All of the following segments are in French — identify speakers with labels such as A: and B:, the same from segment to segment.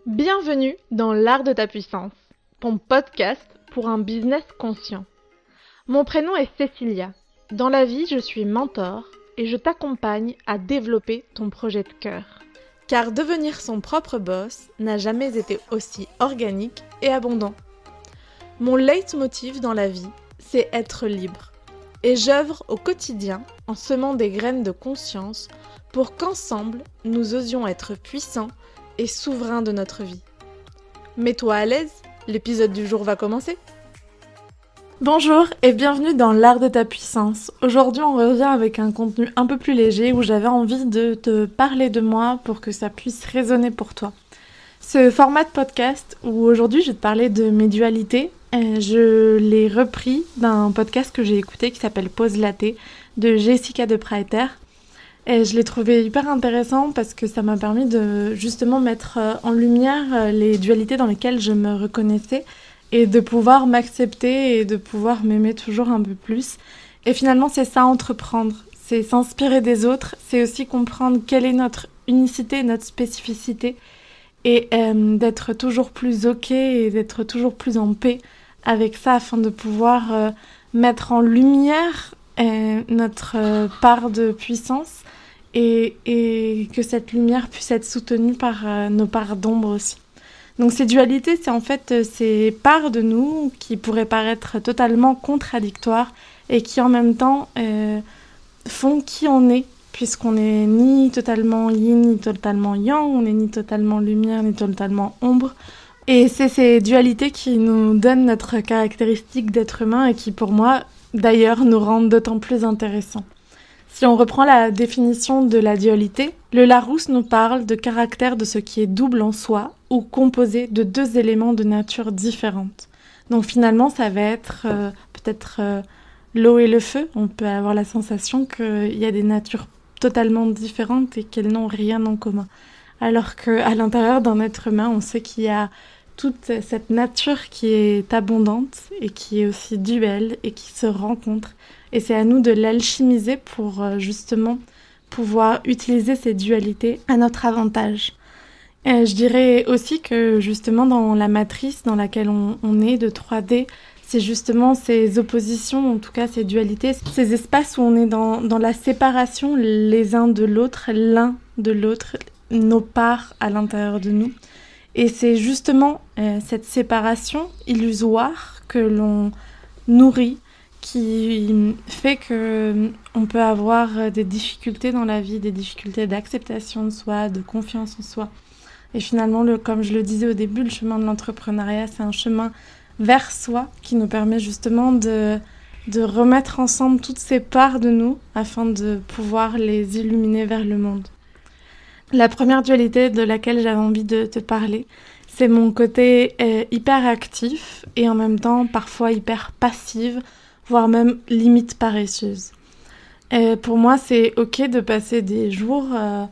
A: Bienvenue dans l'art de ta puissance, ton podcast pour un business conscient. Mon prénom est Cécilia. Dans la vie, je suis mentor et je t'accompagne à développer ton projet de cœur. Car devenir son propre boss n'a jamais été aussi organique et abondant. Mon leitmotiv dans la vie, c'est être libre. Et j'œuvre au quotidien en semant des graines de conscience pour qu'ensemble, nous osions être puissants et souverains de notre vie. Mets-toi à l'aise, l'épisode du jour va commencer. Bonjour et bienvenue dans l'art de ta puissance. Aujourd'hui, on revient avec un contenu un peu plus léger où j'avais envie de te parler de moi pour que ça puisse résonner pour toi. Ce format de podcast où aujourd'hui je vais te parler de mes dualités, je l'ai repris d'un podcast que j'ai écouté qui s'appelle Pause Latte de Jessica de Praeter. Et je l'ai trouvé hyper intéressant parce que ça m'a permis de justement mettre en lumière les dualités dans lesquelles je me reconnaissais et de pouvoir m'accepter et de pouvoir m'aimer toujours un peu plus. Et finalement, c'est ça, entreprendre. C'est s'inspirer des autres, c'est aussi comprendre quelle est notre unicité, notre spécificité et d'être toujours plus OK et d'être toujours plus en paix avec ça afin de pouvoir mettre en lumière notre part de puissance et que cette lumière puisse être soutenue par nos parts d'ombre aussi. Donc ces dualités, c'est en fait ces parts de nous qui pourraient paraître totalement contradictoires et qui en même temps font qui on est, puisqu'on n'est ni totalement yin ni totalement yang, on n'est ni totalement lumière ni totalement ombre. Et c'est ces dualités qui nous donnent notre caractéristique d'être humain et qui pour moi d'ailleurs nous rendent d'autant plus intéressants. Si on reprend la définition de la dualité, le Larousse nous parle de caractère de ce qui est double en soi ou composé de deux éléments de nature différente. Donc finalement, ça va être peut-être l'eau et le feu. On peut avoir la sensation qu'il y a des natures totalement différentes et qu'elles n'ont rien en commun. Alors qu'à l'intérieur d'un être humain, on sait qu'il y a toute cette nature qui est abondante et qui est aussi duelle et qui se rencontre. Et c'est à nous de l'alchimiser pour justement pouvoir utiliser ces dualités à notre avantage. Je dirais aussi que justement dans la matrice dans laquelle on est de 3D, c'est justement ces oppositions, en tout cas ces dualités, ces espaces où on est dans la séparation les uns de l'autre, l'un de l'autre, nos parts à l'intérieur de nous. Et c'est justement cette séparation illusoire que l'on nourrit qui fait qu'on peut avoir des difficultés dans la vie, des difficultés d'acceptation de soi, de confiance en soi. Et finalement, comme je le disais au début, le chemin de l'entrepreneuriat, c'est un chemin vers soi qui nous permet justement de remettre ensemble toutes ces parts de nous afin de pouvoir les illuminer vers le monde. La première dualité de laquelle j'avais envie de te parler, c'est mon côté hyper actif et en même temps parfois hyper passive, voire même limite paresseuse. Pour moi, c'est ok de passer des jours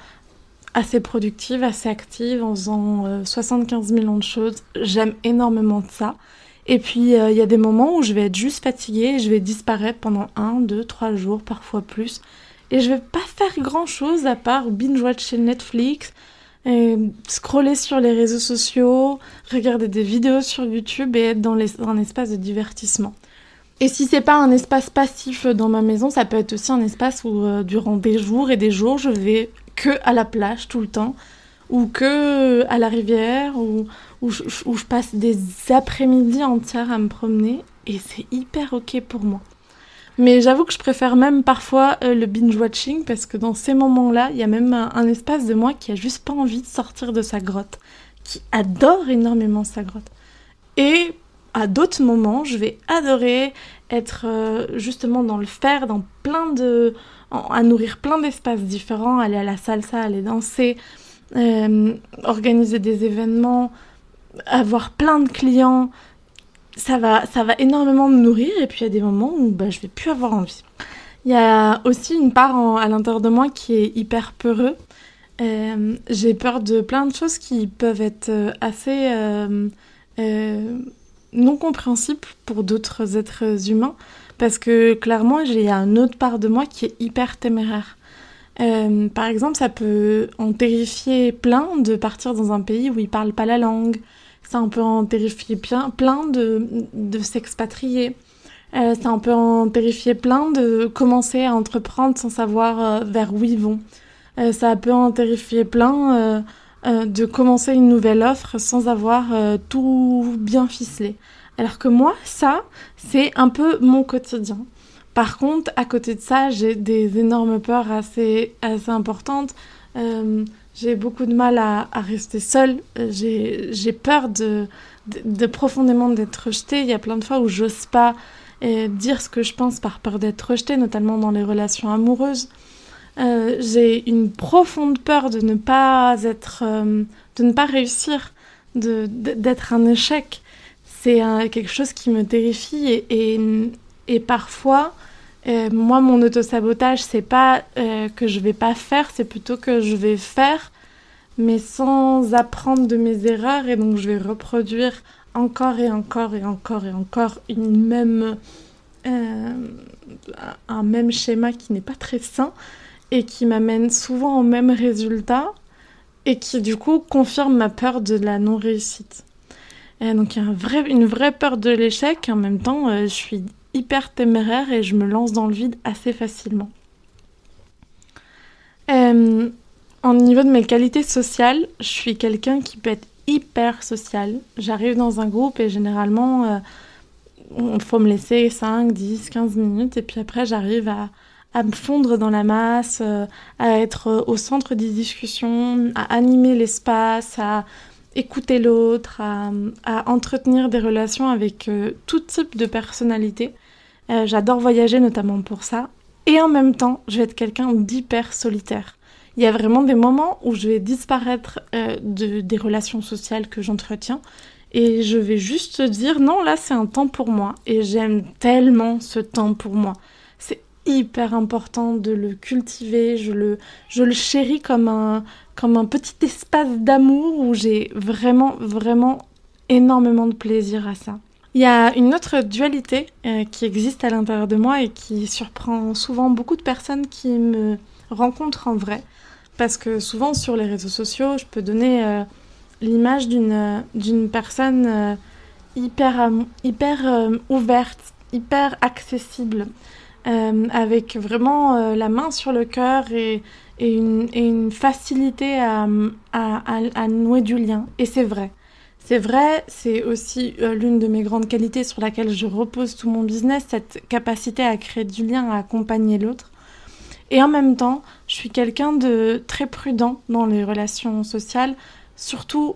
A: assez productive, assez active, en faisant 75 millions de choses. J'aime énormément ça. Et puis, il y a des moments où je vais être juste fatiguée et je vais disparaître pendant 1, 2, 3 jours, parfois plus. Et je vais pas faire grand-chose à part binge-watcher Netflix, scroller sur les réseaux sociaux, regarder des vidéos sur YouTube et être dans un espace de divertissement. Et si c'est pas un espace passif dans ma maison, ça peut être aussi un espace où durant des jours et des jours, je vais que à la plage tout le temps, ou que à la rivière, où je passe des après-midi entières à me promener, et c'est hyper ok pour moi. Mais j'avoue que je préfère même parfois le binge-watching, parce que dans ces moments-là, il y a même un espace de moi qui a juste pas envie de sortir de sa grotte, qui adore énormément sa grotte. Et à d'autres moments, je vais adorer être justement dans le faire, à nourrir plein d'espaces différents, aller à la salsa, aller danser, organiser des événements, avoir plein de clients. Ça va énormément me nourrir et puis il y a des moments où je vais plus avoir envie. Il y a aussi une part à l'intérieur de moi qui est hyper peureux. J'ai peur de plein de choses qui peuvent être assez non compréhensibles pour d'autres êtres humains parce que clairement il y a une autre part de moi qui est hyper téméraire.
B: Par exemple, ça peut en terrifier plein de partir dans un pays où ils parlent pas la langue. Ça en peut en terrifier plein de s'expatrier. Ça en peut en terrifier plein de commencer à entreprendre sans savoir vers où ils vont. Ça peut en terrifier plein de commencer une nouvelle offre sans avoir tout bien ficelé. Alors que moi, ça, c'est un peu mon quotidien. Par contre, à côté de ça, j'ai des énormes peurs assez importantes. J'ai beaucoup de mal à rester seule. J'ai peur de profondément d'être rejetée. Il y a plein de fois où j'ose pas dire ce que je pense par peur d'être rejetée, notamment dans les relations amoureuses. J'ai une profonde peur de ne pas réussir, d'être un échec. C'est quelque chose qui me terrifie et parfois, moi, mon autosabotage, c'est pas que je vais pas faire, c'est plutôt que je vais faire, mais sans apprendre de mes erreurs, et donc je vais reproduire encore et encore et encore et encore un même schéma qui n'est pas très sain et qui m'amène souvent au même résultat et qui du coup confirme ma peur de la non-réussite. Et donc il y a une vraie peur de l'échec, et en même temps je suis hyper téméraire et je me lance dans le vide assez facilement. En niveau de mes qualités sociales, je suis quelqu'un qui peut être hyper social. J'arrive dans un groupe et généralement il faut me laisser 5, 10, 15 minutes et puis après j'arrive à me fondre dans la masse, à être au centre des discussions, à animer l'espace, à écouter l'autre, à entretenir des relations avec tout type de personnalité. J'adore voyager notamment pour ça. Et en même temps, je vais être quelqu'un d'hyper solitaire. Il y a vraiment des moments où je vais disparaître des relations sociales que j'entretiens et je vais juste dire non, là c'est un temps pour moi. Et j'aime tellement ce temps pour moi. C'est hyper important de le cultiver, je le chéris comme un petit espace d'amour où j'ai vraiment, vraiment énormément de plaisir à ça. Il y a une autre dualité qui existe à l'intérieur de moi et qui surprend souvent beaucoup de personnes qui me rencontrent en vrai. Parce que souvent sur les réseaux sociaux, je peux donner l'image d'une personne hyper ouverte, hyper accessible, avec vraiment la main sur le cœur et une facilité à nouer du lien. Et c'est vrai. C'est vrai, c'est aussi l'une de mes grandes qualités sur laquelle je repose tout mon business, cette capacité à créer du lien, à accompagner l'autre. Et en même temps, je suis quelqu'un de très prudent dans les relations sociales, surtout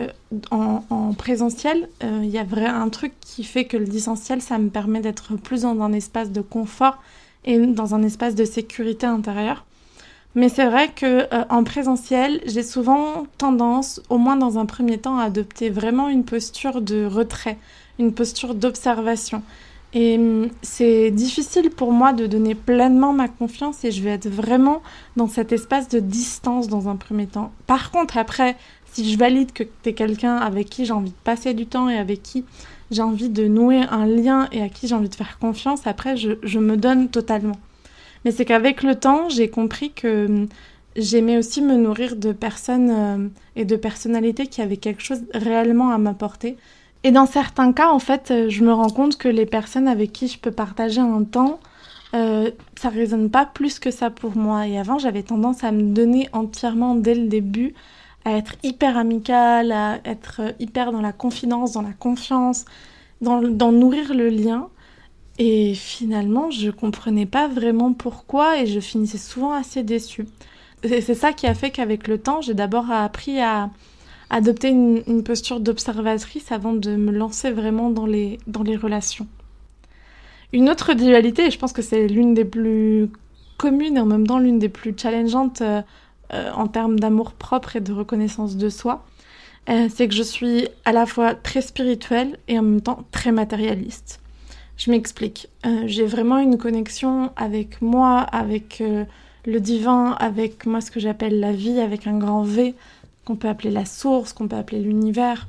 B: en présentiel. Il y a un truc qui fait que le distanciel, ça me permet d'être plus dans un espace de confort et dans un espace de sécurité intérieure. Mais c'est vrai que en présentiel, j'ai souvent tendance, au moins dans un premier temps, à adopter vraiment une posture de retrait, une posture d'observation. Et c'est difficile pour moi de donner pleinement ma confiance et je vais être vraiment dans cet espace de distance dans un premier temps. Par contre, après, si je valide que t'es quelqu'un avec qui j'ai envie de passer du temps et avec qui j'ai envie de nouer un lien et à qui j'ai envie de faire confiance, après, je me donne totalement. Mais c'est qu'avec le temps, j'ai compris que j'aimais aussi me nourrir de personnes et de personnalités qui avaient quelque chose réellement à m'apporter. Et dans certains cas, en fait, je me rends compte que les personnes avec qui je peux partager un temps, ça résonne pas plus que ça pour moi. Et avant, j'avais tendance à me donner entièrement dès le début, à être hyper amicale, à être hyper dans la confidence, dans la confiance, dans nourrir le lien. Et finalement, je comprenais pas vraiment pourquoi et je finissais souvent assez déçue. Et c'est ça qui a fait qu'avec le temps, j'ai d'abord appris à adopter une posture d'observatrice avant de me lancer vraiment dans les relations. Une autre dualité, et je pense que c'est l'une des plus communes et en même temps l'une des plus challengeantes en termes d'amour-propre et de reconnaissance de soi, c'est que je suis à la fois très spirituelle et en même temps très matérialiste. Je m'explique. J'ai vraiment une connexion avec moi, avec le divin, avec moi ce que j'appelle la vie, avec un grand V, qu'on peut appeler la source, qu'on peut appeler l'univers.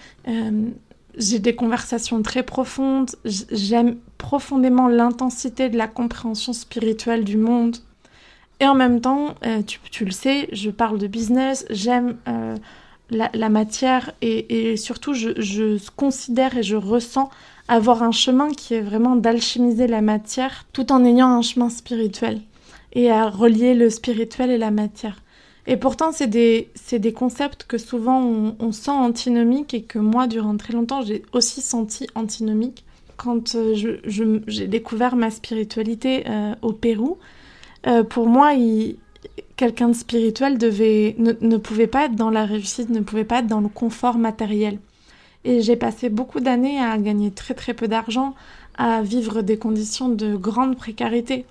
B: J'ai des conversations très profondes. J'aime profondément l'intensité de la compréhension spirituelle du monde. Et en même temps, tu le sais, je parle de business, j'aime la matière et surtout je considère et je ressens avoir un chemin qui est vraiment d'alchimiser la matière tout en ayant un chemin spirituel et à relier le spirituel et la matière. Et pourtant, c'est des concepts que souvent on sent antinomiques et que moi, durant très longtemps, j'ai aussi senti antinomiques. Quand j'ai découvert ma spiritualité au Pérou, pour moi, quelqu'un de spirituel ne pouvait pas être dans la réussite, ne pouvait pas être dans le confort matériel. Et j'ai passé beaucoup d'années à gagner très très peu d'argent, à vivre des conditions de grande précarité.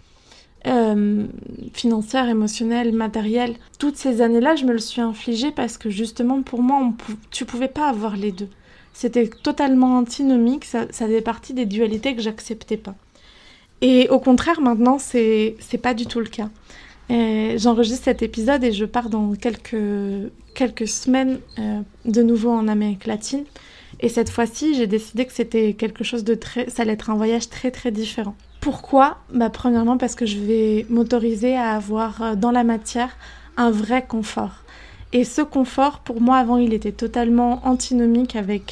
B: Financière, émotionnelle, matérielle. Toutes ces années-là, je me le suis infligée parce que justement, pour moi, tu pouvais pas avoir les deux. C'était totalement antinomique, ça faisait partie des dualités que j'acceptais pas. Et au contraire, maintenant, c'est pas du tout le cas. J'enregistre cet épisode et je pars dans quelques semaines de nouveau en Amérique latine. Et cette fois-ci, j'ai décidé que c'était quelque chose ça allait être un voyage très très différent. Pourquoi ? Premièrement parce que je vais m'autoriser à avoir dans la matière un vrai confort. Et ce confort, pour moi, avant, il était totalement antinomique avec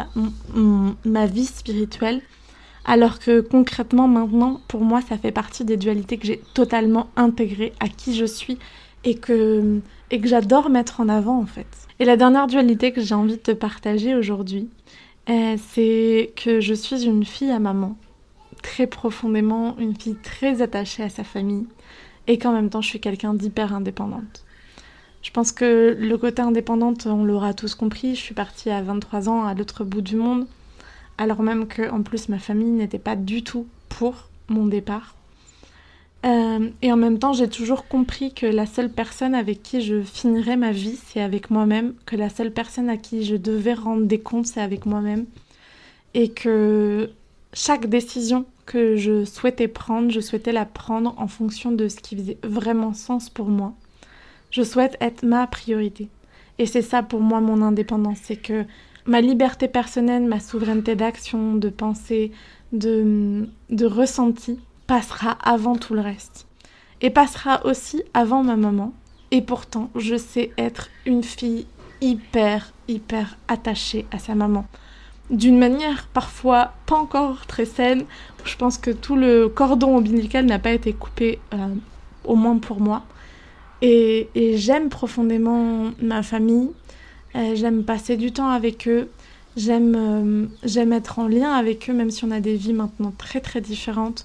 B: ma vie spirituelle. Alors que concrètement, maintenant, pour moi, ça fait partie des dualités que j'ai totalement intégrées à qui je suis et que j'adore mettre en avant, en fait. Et la dernière dualité que j'ai envie de te partager aujourd'hui, c'est que je suis une fille à maman. Très profondément, une fille très attachée à sa famille et qu'en même temps, je suis quelqu'un d'hyper indépendante. Je pense que le côté indépendante, on l'aura tous compris. Je suis partie à 23 ans à l'autre bout du monde, alors même que, en plus, ma famille n'était pas du tout pour mon départ. Et en même temps, j'ai toujours compris que la seule personne avec qui je finirais ma vie, c'est avec moi-même, que la seule personne à qui je devais rendre des comptes, c'est avec moi-même, et que chaque décision que je souhaitais prendre, je souhaitais la prendre en fonction de ce qui faisait vraiment sens pour moi. Je souhaite être ma priorité. Et c'est ça pour moi mon indépendance, c'est que ma liberté personnelle, ma souveraineté d'action, de pensée, de ressenti passera avant tout le reste. Et passera aussi avant ma maman. Et pourtant, je sais être une fille hyper attachée à sa maman. D'une manière parfois pas encore très saine. Je pense que tout le cordon ombilical n'a pas été coupé, au moins pour moi. Et j'aime profondément ma famille. J'aime passer du temps avec eux. J'aime être en lien avec eux, même si on a des vies maintenant très très différentes.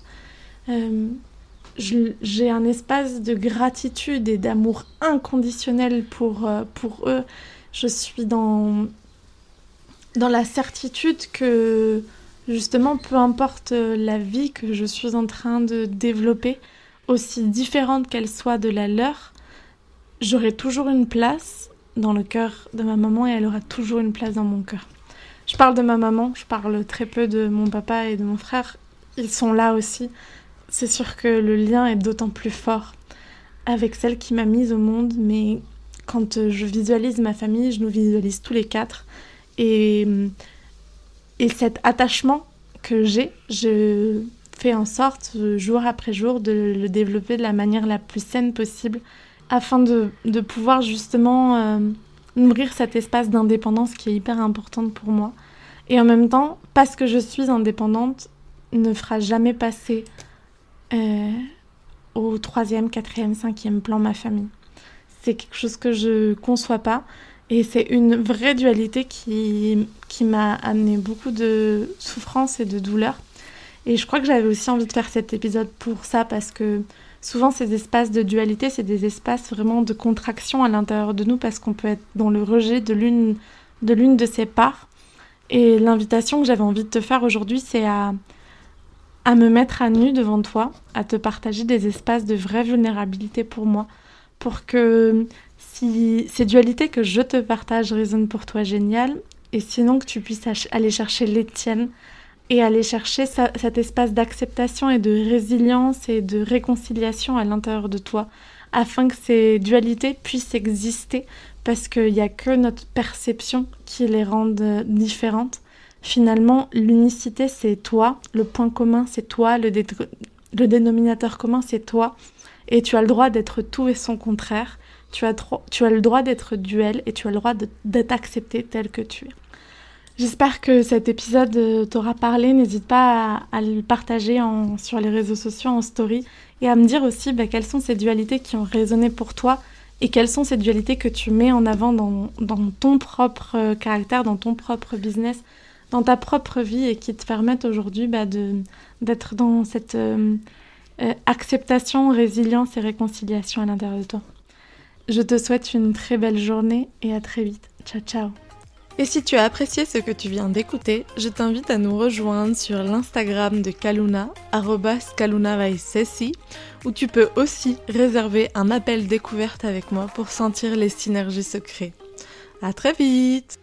B: J'ai un espace de gratitude et d'amour inconditionnel pour eux. Je suis dans la certitude que, justement, peu importe la vie que je suis en train de développer, aussi différente qu'elle soit de la leur, j'aurai toujours une place dans le cœur de ma maman et elle aura toujours une place dans mon cœur. Je parle de ma maman, je parle très peu de mon papa et de mon frère. Ils sont là aussi. C'est sûr que le lien est d'autant plus fort avec celle qui m'a mise au monde, mais quand je visualise ma famille, je nous visualise tous les quatre. Et cet attachement que j'ai, je fais en sorte, jour après jour, de le développer de la manière la plus saine possible afin de pouvoir justement nourrir cet espace d'indépendance qui est hyper importante pour moi. Et en même temps, parce que je suis indépendante, ne fera jamais passer au 3e, 4e, 5e plan ma famille. C'est quelque chose que je conçois pas. Et c'est une vraie dualité qui m'a amené beaucoup de souffrance et de douleur. Et je crois que j'avais aussi envie de faire cet épisode pour ça, parce que souvent ces espaces de dualité, c'est des espaces vraiment de contraction à l'intérieur de nous, parce qu'on peut être dans le rejet de l'une de ces parts. Et l'invitation que j'avais envie de te faire aujourd'hui, c'est à me mettre à nu devant toi, à te partager des espaces de vraie vulnérabilité pour moi, pour que si ces dualités que je te partage résonnent pour toi génial, et sinon que tu puisses aller chercher les tiennes et aller chercher cet espace d'acceptation et de résilience et de réconciliation à l'intérieur de toi, afin que ces dualités puissent exister, parce qu'il n'y a que notre perception qui les rende différentes. Finalement, l'unicité, c'est toi, le point commun, c'est toi, le dénominateur commun, c'est toi. Et tu as le droit d'être tout et son contraire. Tu as le droit d'être duel et tu as le droit d'être accepté tel que tu es. J'espère que cet épisode t'aura parlé. N'hésite pas à le partager sur les réseaux sociaux, en story, et à me dire aussi quelles sont ces dualités qui ont résonné pour toi et quelles sont ces dualités que tu mets en avant dans ton propre caractère, dans ton propre business, dans ta propre vie et qui te permettent aujourd'hui d'être dans cette acceptation, résilience et réconciliation à l'intérieur de toi. Je te souhaite une très belle journée et à très vite. Ciao, ciao. Et si tu as apprécié ce que tu viens d'écouter, je t'invite à nous rejoindre sur l'Instagram de Kaluna, @KalunaVaisesi, où tu peux aussi réserver un appel découverte avec moi pour sentir les synergies secrètes. À très vite!